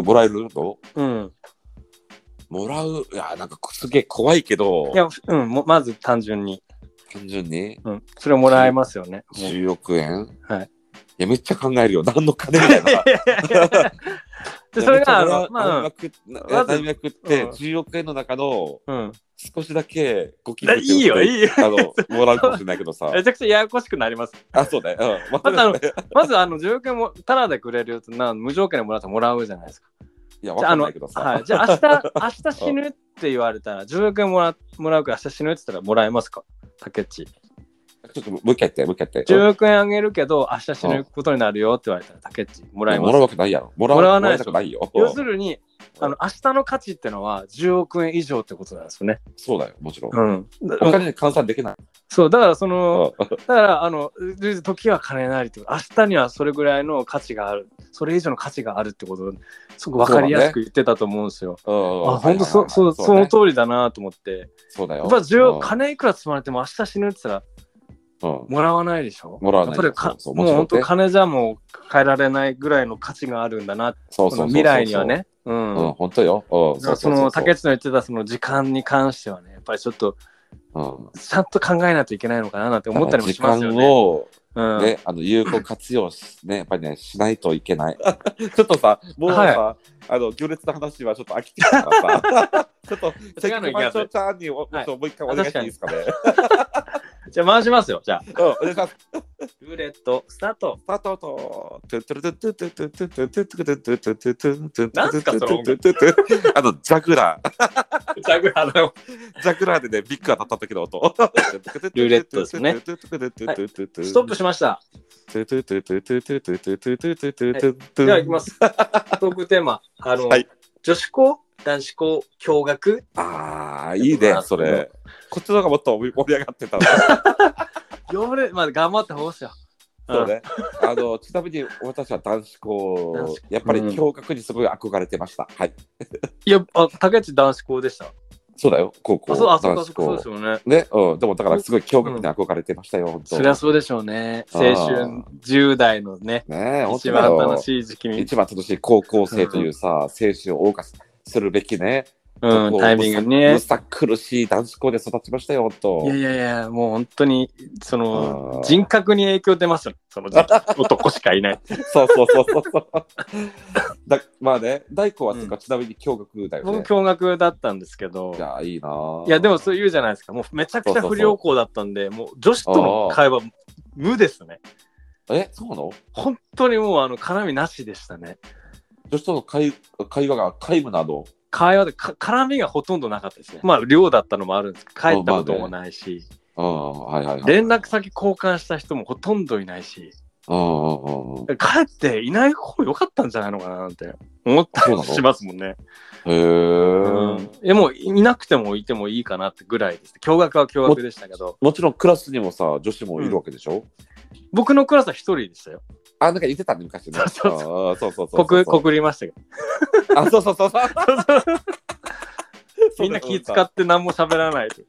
Speaker 2: もらえるの？
Speaker 1: うん。
Speaker 2: もらう、いや、なんかすげえ怖いけど。
Speaker 1: いや、うん、もまず単純に。
Speaker 2: 単純に？
Speaker 1: うん。それもらえますよね。
Speaker 2: じゅうおくえん？
Speaker 1: はい。
Speaker 2: いや、めっちゃ考えるよ。何の金みたいな。
Speaker 1: で、それが、あの、まあ、
Speaker 2: 大学ってじゅうおくえんの中の、うん。少しだけご寄
Speaker 1: 付いいよ、いいよ。
Speaker 2: あの、もらうかもしれないけどさ。
Speaker 1: めちゃくちゃややこしくなります。
Speaker 2: あ、そうだよ。うん。
Speaker 1: まず、あの、まず、あの、じゅうおくえんも、ただでくれるやつな、無条件でもらったらもらうじゃないですか。
Speaker 2: いや、わかんないけどさ。
Speaker 1: はい。じゃあ、明日、明日死ぬって言われたら、じゅうおくえんもらもらうから明日死ぬって言ったらもらえますか？竹内。
Speaker 2: ちょっともう一回言って、もう一回言って。
Speaker 1: じゅうおくえんあげるけど、明日死ぬことになるよって言われたら、竹内、もらえます。
Speaker 2: もらうわけないやろ。もらわないとないよ。
Speaker 1: 要するに、あの、明日の価値ってのはじゅうおくえん以上ってことなんですよね。
Speaker 2: そうだよ、もちろん。
Speaker 1: うん。
Speaker 2: お金で換算できない。
Speaker 1: そう、だからその、だから、あの、時は金なりって、明日にはそれぐらいの価値がある。それ以上の価値があるってことを、すごく分かりやすく言ってたと思うんですよ。あ、本当そ、そ、その通りだなと思って。
Speaker 2: そうだよ。
Speaker 1: やっぱじゅう、金いくら積まれても明日死ぬって言ったら、もらわないでしょ。
Speaker 2: もらわない。
Speaker 1: やっぱりかもう本当金じゃもう変えられないぐらいの価値があるんだな。
Speaker 2: そうそうそう。
Speaker 1: 未来にはね。
Speaker 2: うん。本当よ。
Speaker 1: その竹内の言ってたその時間に関してはね、やっぱりちょっとちゃんと考えないといけないのかななんて思ったりもしますよね。
Speaker 2: 時間をね、あの有効活用ね、やっぱりねしないといけない。ちょっとさ、もうさ、あの行列の話はちょっと飽きてきたからさ、ちょっと関根番長ちゃんにもう一回お願いしていいですかね。
Speaker 1: じゃあ回しますよ。じゃあ。
Speaker 2: うん、お願いします。
Speaker 1: ルーレットスタート。
Speaker 2: スタートと。
Speaker 1: なんすかその音楽。
Speaker 2: あのジャグラー。
Speaker 1: ジャグラーの。
Speaker 2: ジャグラーでねビッグ当たった時の音。
Speaker 1: ルーレットですね。はい、ストップしました。では行きます。トークテーマ。あの、はい、女子校、男子校、共学。
Speaker 2: ああ、いいね、それ。こっちの方がもっと盛り上がってたの。
Speaker 1: よれ、まあ、頑張ってほしいよ。
Speaker 2: そうね。あの、ちなみに私は男子校、やっぱり共学にすごい憧れてました。はい。
Speaker 1: いや、あ、竹内男子校でした。
Speaker 2: そうだよ、高校。
Speaker 1: あ、そう、あ、そう、そうですよね。
Speaker 2: ね、うん、でもだからすごい共学に憧れてましたよ、本当。
Speaker 1: そりゃそうでしょうね。青春じゅう代のね。
Speaker 2: ね、
Speaker 1: 一番楽しい時期に。
Speaker 2: 一番楽しい高校生というさ、青春を謳歌するべきね。
Speaker 1: うん、タイミングね。
Speaker 2: むさ苦しい男子校で育ちましたよ、本当。
Speaker 1: いやいやいや、もう本当に、その、人格に影響出ますよ。その男しかいない。
Speaker 2: そうそうそうそう。だまあね、大工はつか、ちなみに共学だよね。
Speaker 1: 僕、共学だったんですけど。
Speaker 2: いや、いいな。
Speaker 1: いや、でもそう言うじゃないですか。もうめちゃくちゃ不良校だったんで、もう女子との会話、無ですね。
Speaker 2: え、そうなの？
Speaker 1: 本当にもうあの絡みなしでしたね。
Speaker 2: 女子との会会話が皆無など。
Speaker 1: 会話でか絡みがほとんどなかったですね。まあ寮だったのもあるんですけど、帰ったこともないし、
Speaker 2: あ、はいはいはい、
Speaker 1: 連絡先交換した人もほとんどいないし、あ帰っていない方が良かったんじゃないのかななんて思ったりしますもんね。
Speaker 2: へー、
Speaker 1: うん、えもういなくてもいてもいいかなってぐらいです。驚愕は驚愕でしたけど
Speaker 2: も, もちろんクラスにもさ女子もいるわけでしょ、うん、
Speaker 1: 僕のクラスは一人でしたよ。
Speaker 2: あ、なんか言ってたね昔ね。
Speaker 1: そうそうそうそうそう。告りましたけど。
Speaker 2: あ、そうそうそうそう。
Speaker 1: みんな気使って何も喋らないと。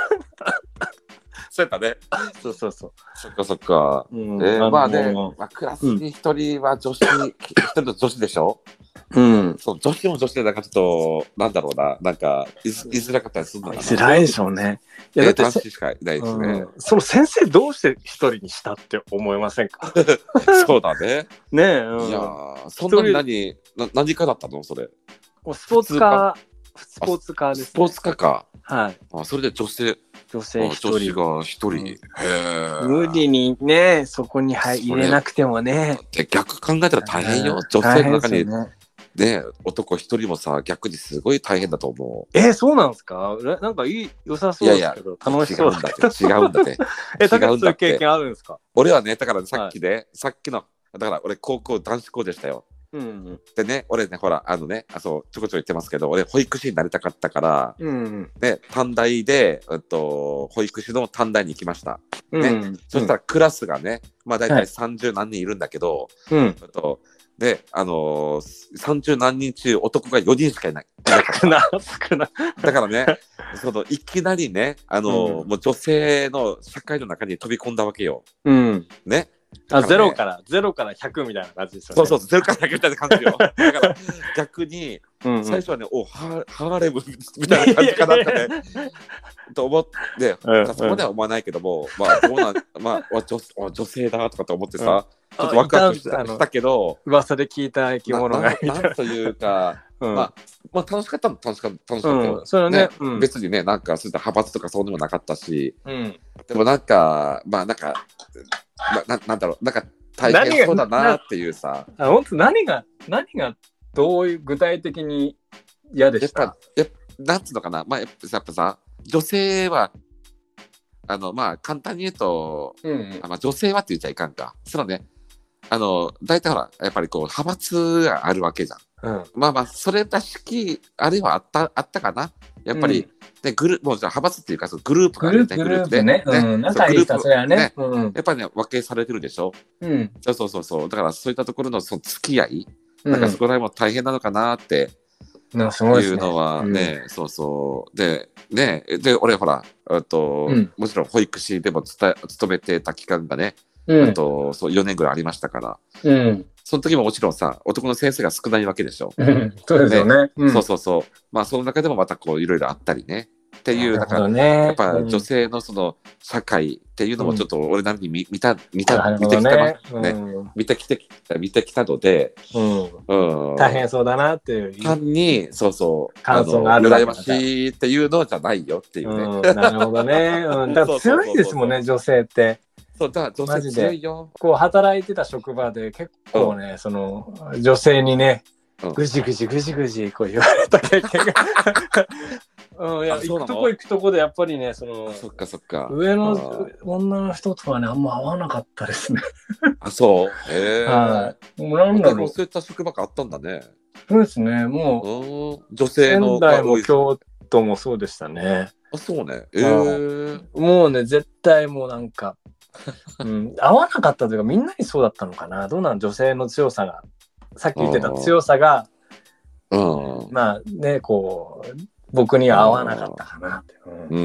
Speaker 2: そうやったね。
Speaker 1: そうそうそう。
Speaker 2: そっかそっか。うん、えー、まあね、まあ、クラスに一人は女子に、一、うん、人の女子でしょ。うん。そう、女子も女子でなんかちょっと、なんだろうな、なんか、いづいづらかったりするのかな。
Speaker 1: いづらいでしょうね。
Speaker 2: いや、だって男子しかいないですね、うん。
Speaker 1: その先生どうして一人にしたって思いませんか？
Speaker 2: そうだね。
Speaker 1: ねえ、うん。
Speaker 2: いやー、そんなに何、な何科だったのそれ。
Speaker 1: スポーツ科、スポーツ科です、ね。
Speaker 2: スポーツ科か。
Speaker 1: はい。
Speaker 2: あ、それで女性。
Speaker 1: 女性一人。
Speaker 2: 女子が一人、うん。へ
Speaker 1: ー。無理にね、そこに入れなくてもね。
Speaker 2: で逆考えたら大変よ。女性の中に。ね、男一人もさ、逆にすごい大変だと思う。
Speaker 1: えー、そうなんですか？なんかいい、良さそうですけど、いやいや楽しそうだけど。
Speaker 2: 違うんだって。違うんだって。
Speaker 1: え、高橋そういう経験あるんですか？
Speaker 2: 俺はね、だからさっきで、はい、さっきの、だから俺高校男子校でしたよ。
Speaker 1: うんうん、
Speaker 2: でね、俺ね、ほら、あのね、あそうちょこちょこ言ってますけど、俺保育士になりたかったから、
Speaker 1: うんうん、
Speaker 2: ね、短大で、えっと、保育士の短大に行きました。ね、うんうん、そしたらクラスがね、まあ大体さんじゅう何人いるんだけど、はい、えっとで、あのー、さんじゅう何人中男がよにんしかいない。
Speaker 1: 少な、少な。
Speaker 2: だからね、そのいきなりね、あのーうん、もう女性の社会の中に飛び込んだわけよ。
Speaker 1: うん。
Speaker 2: ね。
Speaker 1: あ、ゼロから、ゼロからひゃくみたいな感じですよね。
Speaker 2: そうそうそう、ゼロからひゃくみたいな感じよ。だから逆に、うんうん、最初はね、おハーレムみたいな感じかなってね、と思って、うんうん、そこでは思わないけども、まあ、どうなん、まあ、女, 女性だとかと思ってさ、うん、ちょっとワクワクした、したけど、
Speaker 1: 噂で聞いた生き物がい
Speaker 2: た。なんというか、うん、まあ、まあ、楽しかったの楽しかった、楽しかったよ。
Speaker 1: うん、それはね、
Speaker 2: ね、
Speaker 1: うん、
Speaker 2: 別にね、なんか、そういった派閥とかそういうのもなかったし、
Speaker 1: うん、
Speaker 2: でもなんか、まあ、なんか、な, な, なんだろう、なんか、大変そうだなっていうさ。
Speaker 1: あ、本当何が、何が、どういう具体的に嫌でした？
Speaker 2: やっぱ、やっぱなんつうのかな、まあ、やっぱさ、女性は、あの、まあ、簡単に言うと、
Speaker 1: うんうん、
Speaker 2: あまあ、女性はって言っちゃいかんか。そのね、あの、大体ほら、やっぱりこう、派閥があるわけじゃん。
Speaker 1: うん、
Speaker 2: まあまあ、それらしき、あるいはあった、あったかな。やっぱり、うん、でグルもうじゃ派閥っていうか、そのグループがあるね、
Speaker 1: グループでね。うん、仲いい人それはね。うん、
Speaker 2: やっぱりね、分けされてるでしょ。
Speaker 1: うん。
Speaker 2: そうそうそうそう。だからそういったところのその付き合い、うん、なんかそこら辺も大変なのかなって。
Speaker 1: なんかすごい
Speaker 2: いうのはね、うん、そうそうでねで俺ほらあと、うん、もちろん保育士でもつた勤めてた期間がね、うん、あとそうよねんぐらいありましたから、
Speaker 1: うん、
Speaker 2: その時ももちろんさ男の先生が少ないわけでしょ、
Speaker 1: うん、そうですよね、
Speaker 2: ね、うん、そうそうそうまあその中でもまたこういろいろあったりねっていうだから、
Speaker 1: ね、
Speaker 2: やっぱ女性のその社会っていうのもちょっと俺なりに 見, 見た見た、ね、見てきた、ねうん、見てきて見てきたので、
Speaker 1: うんうん、大変そうだなっていう
Speaker 2: 単にそうそう
Speaker 1: 感想がある
Speaker 2: 羨ましいっていうのじゃないよっていうね、
Speaker 1: うん、なるほどね、うん、だから強いですもんね女性って。
Speaker 2: そうだ女性強いよ。
Speaker 1: こう働いてた職場で結構ね、うん、その女性にね、うん、ぐじぐじぐじぐじこう言われた経験がうん、いや行くとこ行くとこでやっぱりねその
Speaker 2: そっかそっか
Speaker 1: 上の女の人とはねあんま合わなかったですね
Speaker 2: あそうへえ
Speaker 1: はい、もうなんだろう
Speaker 2: そういった職場があったんだね。
Speaker 1: そうですねも
Speaker 2: う女性の
Speaker 1: 仙台も京都もそうでしたね。
Speaker 2: あそうねえー、
Speaker 1: もうね絶対もうなんか、うん、合わなかったというかみんなにそうだったのかなどうなん女性の強さがさっき言ってた強さが
Speaker 2: うん
Speaker 1: まあねこう僕には合わなかったかなって、うん、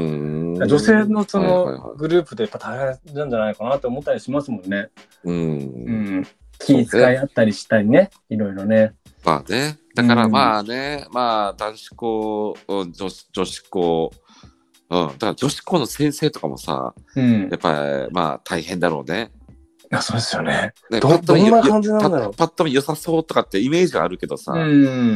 Speaker 1: 女性のそのグループでやっぱ大変なんじゃないかなって思ったりしますもんね。
Speaker 2: うん、うん、
Speaker 1: 気遣いあったりしたりねいろいろね。
Speaker 2: まあねだからまあね、うん、まあ男子校女子女子校、うん、だから女子校の先生とかもさ、うん、やっぱりまあ大変だろうね。
Speaker 1: いや、そうですよね。ね、ど, どんな感じなんだろう。
Speaker 2: パッと見良さそうとかってイメージはあるけどさ、うん、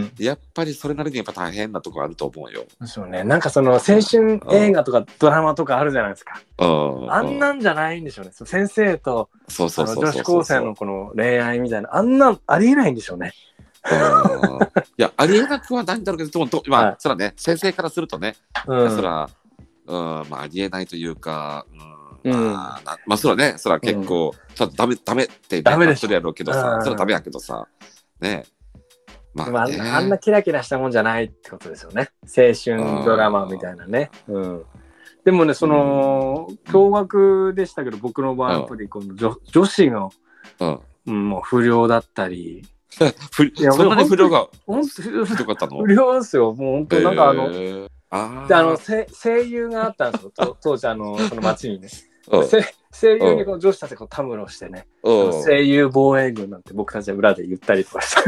Speaker 2: やっぱりそれなりにやっぱ大変なとこあると思うよ。
Speaker 1: ですよね。なんかその青春映画とかドラマとかあるじゃないですか。あんなんじゃないんでしょうね。先生と女子高生のこの恋愛みたいな、あんなんありえないんでしょうね。
Speaker 2: いや、ありえなくはないんだろうけど、でもまあ、はい、そらね、先生からするとね、うん、そら、うん、まあ、ありえないというか、うん、うん、まあ、まあ、そらね、そら結構、うん、ちょっとダメ、ダメって、ね、ダメでしょ。やろうけどさ、そらダメやけどさ、ね。
Speaker 1: まあ、ね、あんなキラキラしたもんじゃないってことですよね。青春ドラマみたいなね。うん。でもね、その、驚愕でしたけど、僕の場合はやっぱりこの 女, 女子の、うんうん、もう不良だったり、
Speaker 2: いやそんなに不良がひどかったの？
Speaker 1: 不良ですよ。もう本当なんかあの、えー、あであの声優があったんですよ。当時あのその町にね。声優にこの女子たちがたむろしてね、声優防衛軍なんて僕たちは裏で言ったりとかして。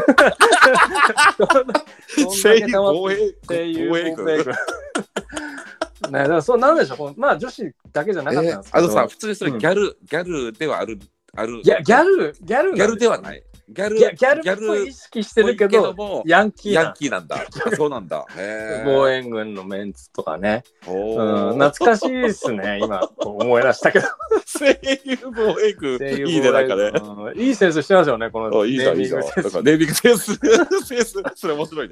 Speaker 2: 声優防衛軍。ね、
Speaker 1: だからそうなんでしょう。まあ女子だけじゃなかったんですけど。
Speaker 2: えー、あのさ、普通にそれギャル、うん、ギャルではあるある。
Speaker 1: いやギャルギャル
Speaker 2: ギャルではない。ギャル、
Speaker 1: ギャルっぽい意識してるけど、ヤンキー
Speaker 2: ヤンキーなんだ。そうなんだ。
Speaker 1: 防衛軍のメンツとかね。うん、懐かしいですね、今、思い出したけど。
Speaker 2: 声優防衛軍、いいね、なんかね。
Speaker 1: いいセンスしてますよね、この
Speaker 2: ネーミングセンス。ネーミングセンス。センス、それ面白いね。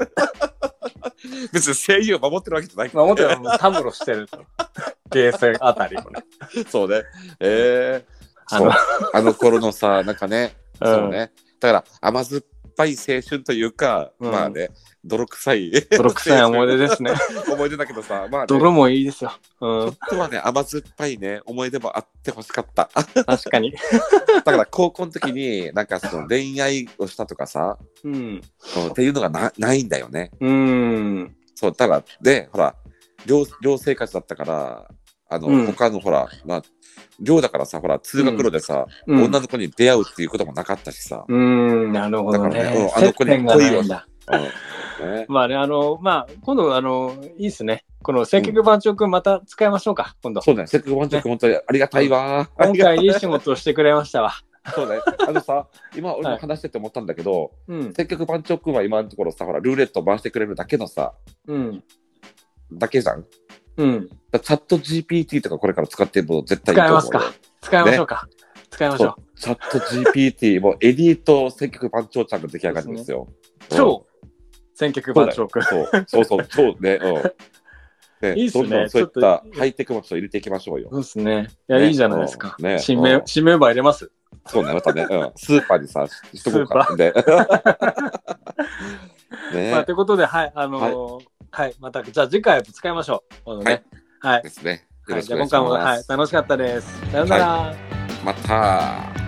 Speaker 2: 別に声優を守ってるわけじゃない。
Speaker 1: 守ってるのたむろしてると。ゲーセンあたりもね。
Speaker 2: そうね。えー、あの、あの頃のさ、なんかね、そうね。だから甘酸っぱい青春というか、うん、まあね、泥臭い。
Speaker 1: 泥臭い思い出ですね。
Speaker 2: 思い出だけどさ、まあ、ね、
Speaker 1: 泥もいいですよ、
Speaker 2: うん。ちょっとはね、甘酸っぱいね、思い出もあってほしかった。
Speaker 1: 確かに。
Speaker 2: だから高校の時に、なんかその恋愛をしたとかさ、うん、っていうのが な, ないんだよね。うん。そう、だから、で、ほら、寮、寮生活だったから、あの、うん、他のほら、まあ、寮だからさ、ほら、通学路でさ、うん、女の子に出会うっていうこともなかったしさ。
Speaker 1: うん、なるほどね。だからね、あの子に恋をした。ね、まあね、あの、まあ、今度、あの、いいっすね。この千曲番長くんまた使いましょうか、今度。
Speaker 2: そうね、千曲番長くん、本当にありがたいわ。
Speaker 1: 今回いい仕事をしてくれましたわ。
Speaker 2: そうね。あのさ、今俺も話してて思ったんだけど、千曲番長くんは今のところさ、ほら、ルーレット回してくれるだけのさ、うん、だけじゃん。うん、チャット ジーピーティー とかこれから使ってるの絶対いいと思う。
Speaker 1: 使いますか。使いましょうか。ね、使いましょう。
Speaker 2: チャット ジーピーティー もエリート選曲番長ちゃんが出来上がるんですよ。
Speaker 1: 超選曲番長くん。
Speaker 2: そうそうそう、超ね。うん、
Speaker 1: いいっすね。どんどん
Speaker 2: そういったハイテクもちょっと入れていきましょうよ。
Speaker 1: そうですね。いや、いいじゃないですか。ね、新メ新メンバー入れます。
Speaker 2: そうね、またね、うん、スーパーにさ、しとこうかで。
Speaker 1: ね、まあ、ということで、はい、あのー、はいはい、また、じゃあ次回使いましょう。ね、はい。はい。
Speaker 2: ですね。
Speaker 1: よろしくお願いします。じゃあ今回も、はい、楽しかったです。さよなら。はい、
Speaker 2: また。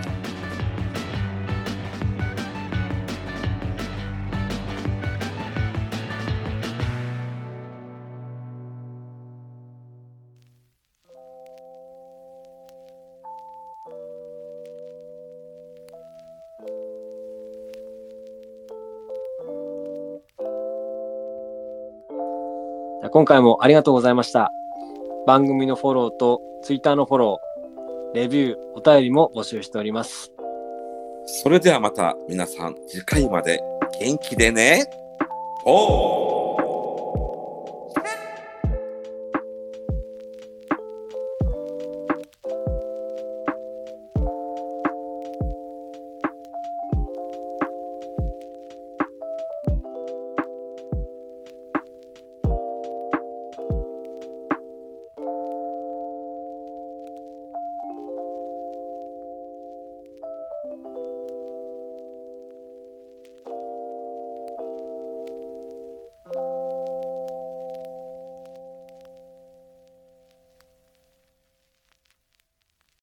Speaker 1: 今回もありがとうございました。番組のフォローとツイッターのフォロー、レビュー、お便りも募集しております。
Speaker 2: それではまた皆さん次回まで元気でね。おー。